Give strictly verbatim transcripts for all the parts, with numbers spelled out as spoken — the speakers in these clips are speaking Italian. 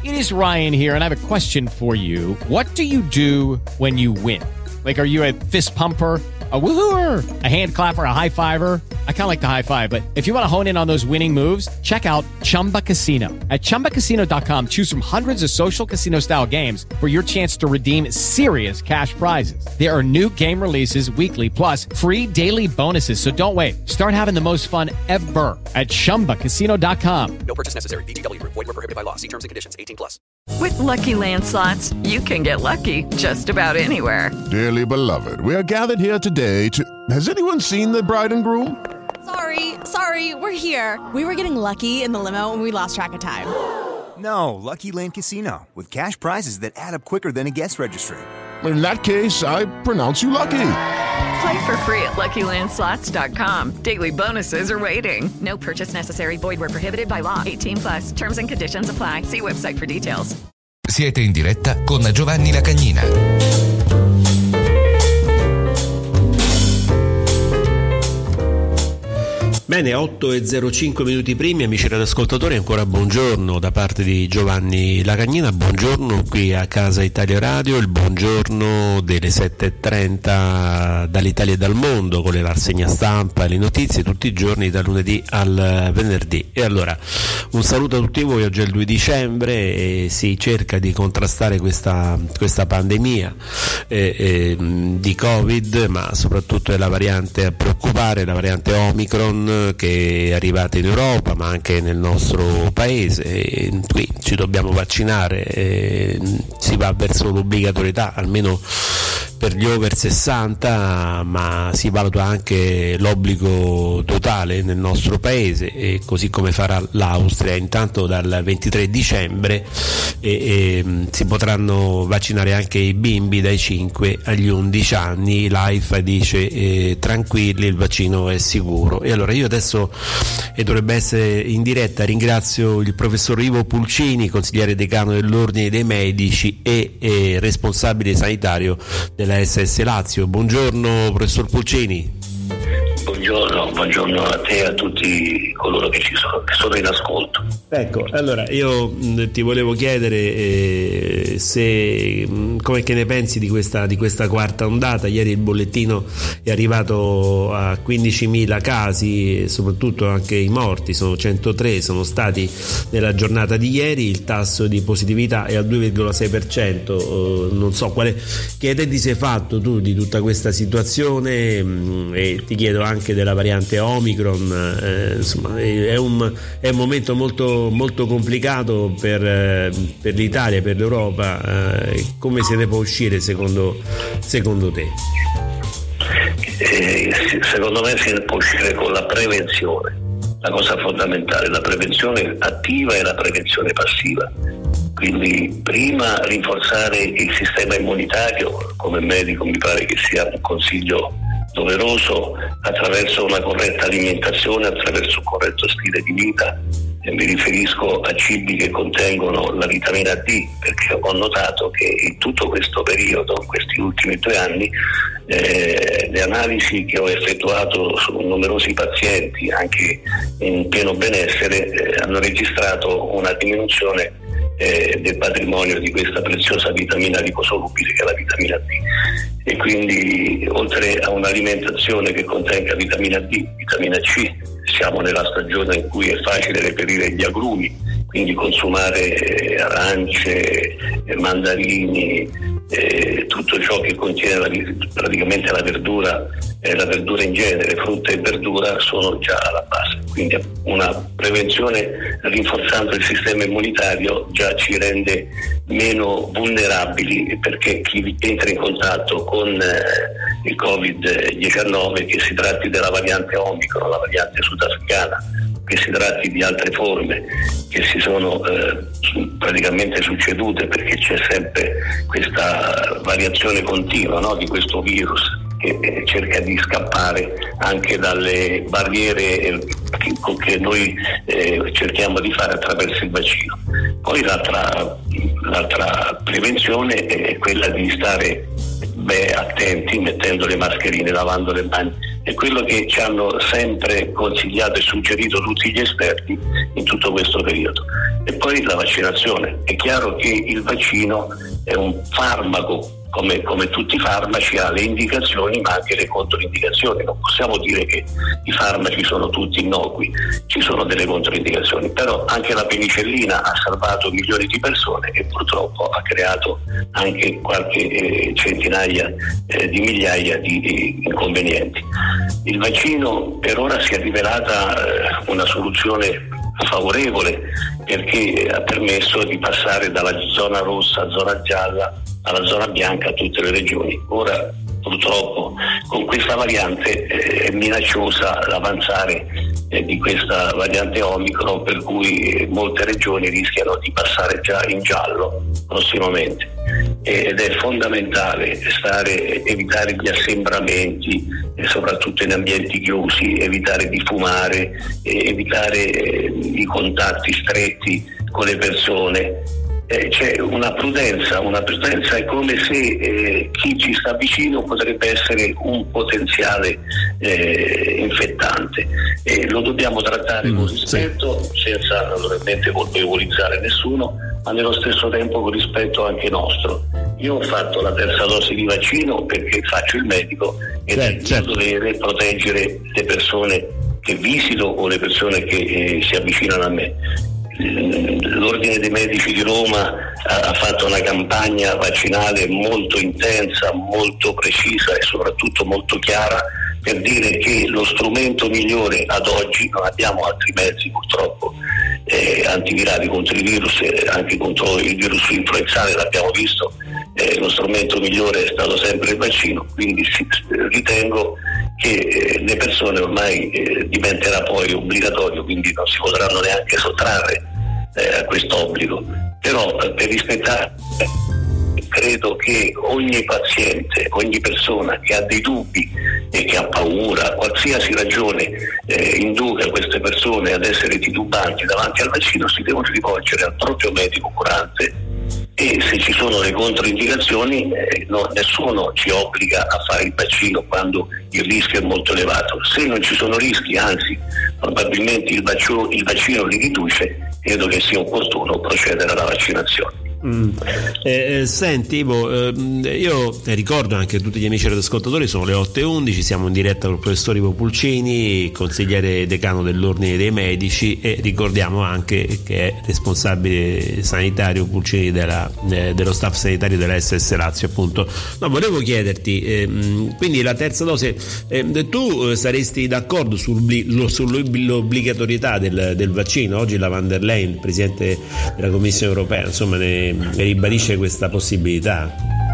It is Ryan here, and I have a question for you. What do you do when you win? Like, are you a fist pumper, a woohooer, a hand clapper, a high fiver? I kind of like the high five, but if you want to hone in on those winning moves, check out Chumba Casino. At chumba casino dot com, choose from hundreds of social casino style games for your chance to redeem serious cash prizes. There are new game releases weekly, plus free daily bonuses. So don't wait. Start having the most fun ever at chumba casino dot com. No purchase necessary. V G W Group. Void where prohibited by law. See terms and conditions. eighteen plus. With Lucky Land Slots, you can get lucky just about anywhere. Dearly beloved, we are gathered here today to... Has anyone seen the bride and groom? Sorry, sorry, we're here. We were getting lucky in the limo and we lost track of time. No, Lucky Land Casino, with cash prizes that add up quicker than a guest registry. In that case, I pronounce you lucky. Play for free at lucky land slots dot com. Daily bonuses are waiting. No purchase necessary. Void where prohibited by law. eighteen plus. Terms and conditions apply. See website for details. Siete in diretta con Giovanni Lacagnina. Bene, otto e zero cinque minuti primi, amici radioascoltatori, ancora buongiorno da parte di Giovanni Lacagnina, buongiorno qui a Casa Italia Radio, il buongiorno delle sette e trenta dall'Italia e dal mondo con le rassegna stampa e le notizie tutti i giorni dal lunedì al venerdì. E allora un saluto a tutti voi, oggi è il due dicembre e si cerca di contrastare questa, questa pandemia eh, eh, di Covid, ma soprattutto è la variante a preoccupare, la variante Omicron, che è arrivata in Europa ma anche nel nostro paese. E qui ci dobbiamo vaccinare, e si va verso l'obbligatorietà almeno per gli over sessanta, ma si valuta anche l'obbligo totale nel nostro paese, e così come farà l'Austria. Intanto dal ventitré dicembre e, e, si potranno vaccinare anche i bimbi dai cinque agli undici anni. L'AIFA dice eh, tranquilli, il vaccino è sicuro. E allora io adesso, e dovrebbe essere in diretta, ringrazio il professor Ivo Pulcini, consigliere decano dell'Ordine dei Medici e, e responsabile sanitario della S S Lazio. Buongiorno professor Pulcini. Buongiorno, buongiorno a te e a tutti coloro che ci sono, che sono in ascolto. Ecco, allora io mh, ti volevo chiedere eh, se mh, come che ne pensi di questa, di questa quarta ondata. Ieri il bollettino è arrivato a quindicimila casi e soprattutto anche i morti sono centotré, sono stati nella giornata di ieri. Il tasso di positività è al due virgola sei per cento. Non so quale, che idea ti sei fatto tu di tutta questa situazione, mh, e ti chiedo anche della variante Omicron. Eh, insomma è un, è un momento molto, molto complicato per, eh, per l'Italia, per l'Europa. Eh, come se ne può uscire secondo, secondo te? Eh, secondo me si può uscire con la prevenzione, la cosa fondamentale, la prevenzione attiva e la prevenzione passiva. Quindi prima rinforzare il sistema immunitario, come medico mi pare che sia un consiglio doveroso, attraverso una corretta alimentazione, attraverso un corretto stile di vita. E mi riferisco a cibi che contengono la vitamina D, perché ho notato che in tutto questo periodo, in questi ultimi due anni, eh, le analisi che ho effettuato su numerosi pazienti, anche in pieno benessere, eh, hanno registrato una diminuzione eh, del patrimonio di questa preziosa vitamina liposolubile che è la vitamina D. E quindi oltre a un'alimentazione che contenga vitamina D, vitamina C, siamo nella stagione in cui è facile reperire gli agrumi, quindi consumare arance, mandarini, eh, tutto ciò che contiene la, praticamente la verdura, eh, la verdura in genere, frutta e verdura sono già alla base. Quindi una prevenzione rinforzando il sistema immunitario già ci rende meno vulnerabili, perché chi entra in contatto con eh, il covid diciannove, che si tratti della variante Omicron, la variante sudafricana, che si tratti di altre forme che si sono eh, praticamente succedute, perché c'è sempre questa variazione continua, no, di questo virus che eh, cerca di scappare anche dalle barriere eh, che, che noi eh, cerchiamo di fare attraverso il vaccino. Poi l'altra, l'altra prevenzione è quella di stare beh, attenti, mettendo le mascherine, lavando le mani è quello che ci hanno sempre consigliato e suggerito tutti gli esperti in tutto questo periodo. E poi la vaccinazione. È chiaro che il vaccino è un farmaco, come, come tutti i farmaci, ha le indicazioni ma anche le controindicazioni. Non possiamo dire che i farmaci sono tutti innocui, ci sono delle controindicazioni, però anche la penicillina ha salvato milioni di persone e purtroppo ha creato anche qualche eh, centinaia eh, di migliaia di eh, inconvenienti. Il vaccino per ora si è rivelata eh, una soluzione favorevole, perché ha permesso di passare dalla zona rossa a zona gialla alla zona bianca a tutte le regioni. Ora purtroppo con questa variante eh, è minacciosa l'avanzare eh, di questa variante Omicron, per cui eh, molte regioni rischiano di passare già in giallo prossimamente, ed è fondamentale stare, evitare gli assembramenti, eh, soprattutto in ambienti chiusi, evitare di fumare, eh, evitare eh, i contatti stretti con le persone. Eh, c'è una prudenza, una prudenza è come se eh, chi ci sta vicino potrebbe essere un potenziale eh, infettante, e lo dobbiamo trattare mm, con rispetto, sì. senza naturalmente colpevolizzare nessuno, ma nello stesso tempo con rispetto anche nostro. Io ho fatto la terza dose di vaccino perché faccio il medico ed è il mio dovere proteggere le persone che visito o le persone che eh, si avvicinano a me. L'Ordine dei Medici di Roma ha fatto una campagna vaccinale molto intensa, molto precisa e soprattutto molto chiara, per dire che lo strumento migliore ad oggi, non abbiamo altri mezzi purtroppo eh, antivirali contro il virus, eh, anche contro il virus influenzale l'abbiamo visto, eh, lo strumento migliore è stato sempre il vaccino, quindi sì, ritengo che eh, le persone ormai eh, diventerà poi obbligatorio, quindi non si potranno neanche sottrarre eh, a questo obbligo, però eh, per rispettare eh, credo che ogni paziente, ogni persona che ha dei dubbi e che ha paura, qualsiasi ragione eh, induca queste persone ad essere titubanti davanti al vaccino, si devono rivolgere al proprio medico curante, e se ci sono le controindicazioni eh, no, nessuno ci obbliga a fare il vaccino quando il rischio è molto elevato. Se non ci sono rischi, anzi probabilmente il vaccino, il vaccino li riduce, credo che sia opportuno procedere alla vaccinazione. Mm. Eh, eh, senti Ivo, eh, io ricordo anche a tutti gli amici radioascoltatori, sono le otto e undici, siamo in diretta col professor Ivo Pulcini, consigliere decano dell'Ordine dei Medici, e ricordiamo anche che è responsabile sanitario Pulcini della, eh, dello staff sanitario della S S Lazio, appunto. No, volevo chiederti, eh, quindi la terza dose, eh, tu saresti d'accordo sull'obbligatorietà del, del vaccino? Oggi la Van der Leyen, presidente della Commissione europea, insomma ne ribadisce questa possibilità?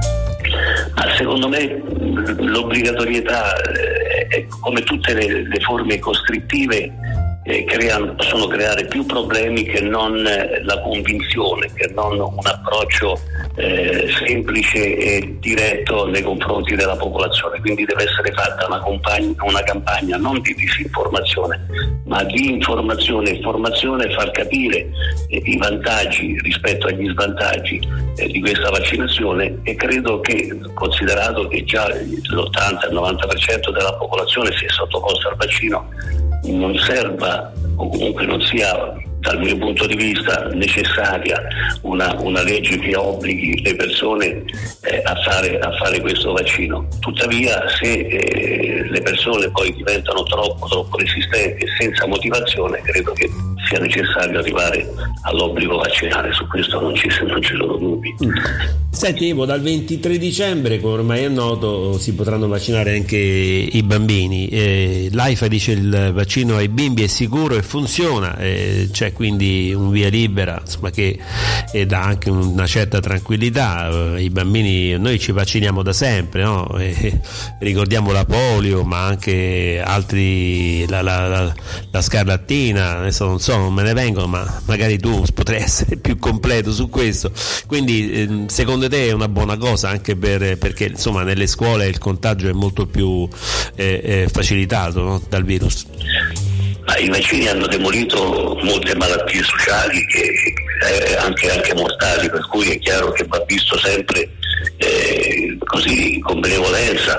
Ah, secondo me l'obbligatorietà è, come tutte le, le forme costrittive, eh, creano, possono creare più problemi che non la convinzione, che non un approccio eh, semplice e diretto nei confronti della popolazione. Quindi deve essere fatta una, compagna, una campagna non di disinformazione, ma di informazione e formazione, far capire eh, i vantaggi rispetto agli svantaggi eh, di questa vaccinazione, e credo che, considerato che già l'ottanta novanta per cento della popolazione si è sottoposta al vaccino, non serva, o comunque non sia, dal mio punto di vista, necessaria una, una legge che obblighi le persone eh, a, fare, a fare questo vaccino. Tuttavia, se eh, le persone poi diventano troppo, troppo resistenti e senza motivazione, credo che sia necessario arrivare all'obbligo vaccinale. Su questo non ci, non ci sono dubbi. Senti Ivo, dal ventitré dicembre, come ormai è noto, si potranno vaccinare anche i bambini. Eh, L'AIFA dice il vaccino ai bimbi è sicuro e funziona, eh, c'è quindi un via libera, insomma, che eh, dà anche una certa tranquillità. Eh, I bambini, noi ci vacciniamo da sempre, no? Eh, ricordiamo la polio, ma anche altri, la, la, la, la scarlattina, adesso non so, non me ne vengono, ma magari tu potrai essere più completo su questo. Quindi eh, secondo te è una buona cosa, anche per, perché insomma nelle scuole il contagio è molto più eh, eh, facilitato, no? Dal virus? Ma i vaccini hanno demolito molte malattie sociali, che, eh, anche, anche mortali, per cui è chiaro che va visto sempre eh, così con benevolenza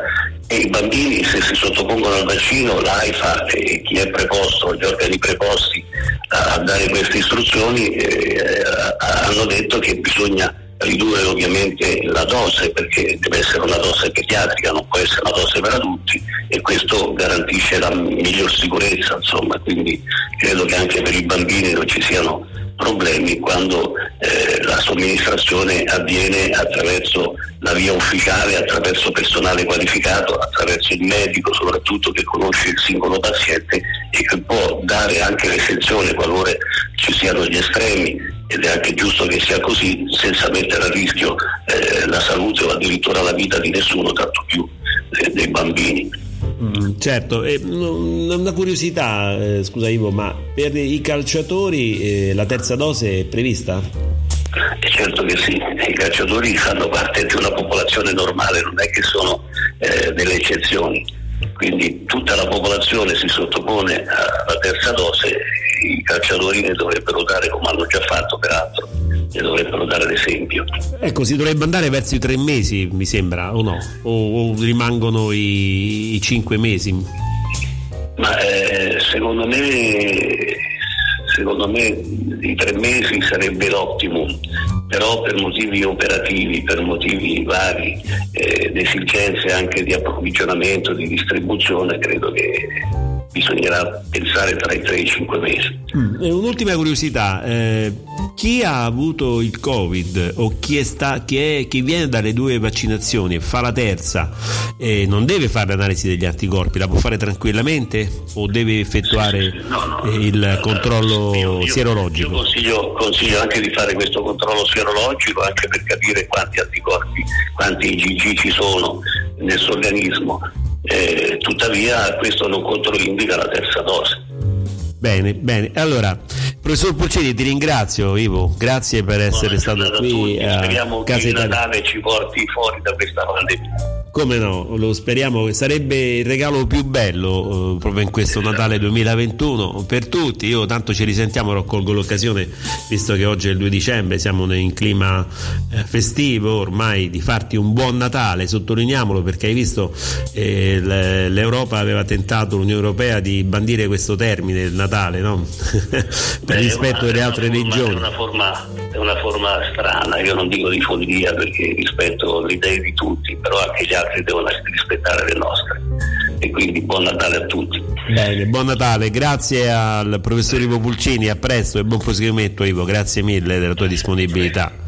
e i bambini, se si sottopongono al vaccino, l'AIFA e chi è preposto, gli organi preposti a dare queste istruzioni eh, hanno detto che bisogna ridurre ovviamente la dose, perché deve essere una dose pediatrica, non può essere una dose per adulti, e questo garantisce la miglior sicurezza, insomma, quindi credo che anche per i bambini non ci siano problemi quando eh, la somministrazione avviene attraverso la via ufficiale, attraverso personale qualificato, attraverso il medico soprattutto che conosce il singolo paziente e che può dare anche l'esenzione qualora ci siano gli estremi, ed è anche giusto che sia così, senza mettere a rischio eh, la salute o addirittura la vita di nessuno, tanto più eh, dei bambini. Mm, certo, eh, una curiosità, eh, scusa Ivo, ma per i calciatori eh, la terza dose è prevista? E certo che sì, i calciatori fanno parte di una popolazione normale, non è che sono eh, delle eccezioni, quindi tutta la popolazione si sottopone alla terza dose, i calciatori ne dovrebbero dare, come hanno già fatto peraltro, ne dovrebbero dare l'esempio. Ecco, si dovrebbe andare verso i tre mesi, mi sembra, o no? O, o rimangono i, i cinque mesi? Ma eh, secondo me secondo me i tre mesi sarebbe l'optimum, però per motivi operativi, per motivi vari, eh, di esigenze anche di approvvigionamento, di distribuzione, credo che bisognerà pensare tra i tre e i cinque mesi. Mm. E un'ultima curiosità, eh, chi ha avuto il Covid o chi è sta, chi, è, chi viene dalle due vaccinazioni e fa la terza, eh, non deve fare l'analisi degli anticorpi, la può fare tranquillamente o deve effettuare no, no, eh, il no, controllo io, io, sierologico? Io consiglio, consiglio anche di fare questo controllo sierologico, anche per capire quanti anticorpi, quanti I G G ci sono nel suo organismo. Eh, tuttavia questo non controindica la terza dose. Bene, bene. Allora, professor Pulcini, ti ringrazio, Ivo, grazie per essere stato qui a Speriamo Casa che il Italia. Natale ci porti fuori da questa pandemia. Come no, lo speriamo, che sarebbe il regalo più bello eh, proprio in questo Natale duemilaventuno per tutti. Io tanto ci risentiamo, raccolgo l'occasione, visto che oggi è il due dicembre, siamo in clima eh, festivo ormai, di farti un buon Natale, sottolineiamolo, perché hai visto eh, l'Europa aveva tentato, l'Unione Europea, di bandire questo termine, il Natale, no? Per Beh, rispetto una, delle è altre forma, religioni. È una, forma, è una forma strana, io non dico di follia perché rispetto le idee di tutti, però anche gli altri devono rispettare le nostre, e quindi buon Natale a tutti. Bene, buon Natale, grazie al professor Ivo Pulcini, a presto e buon proseguimento Ivo, grazie mille della tua disponibilità.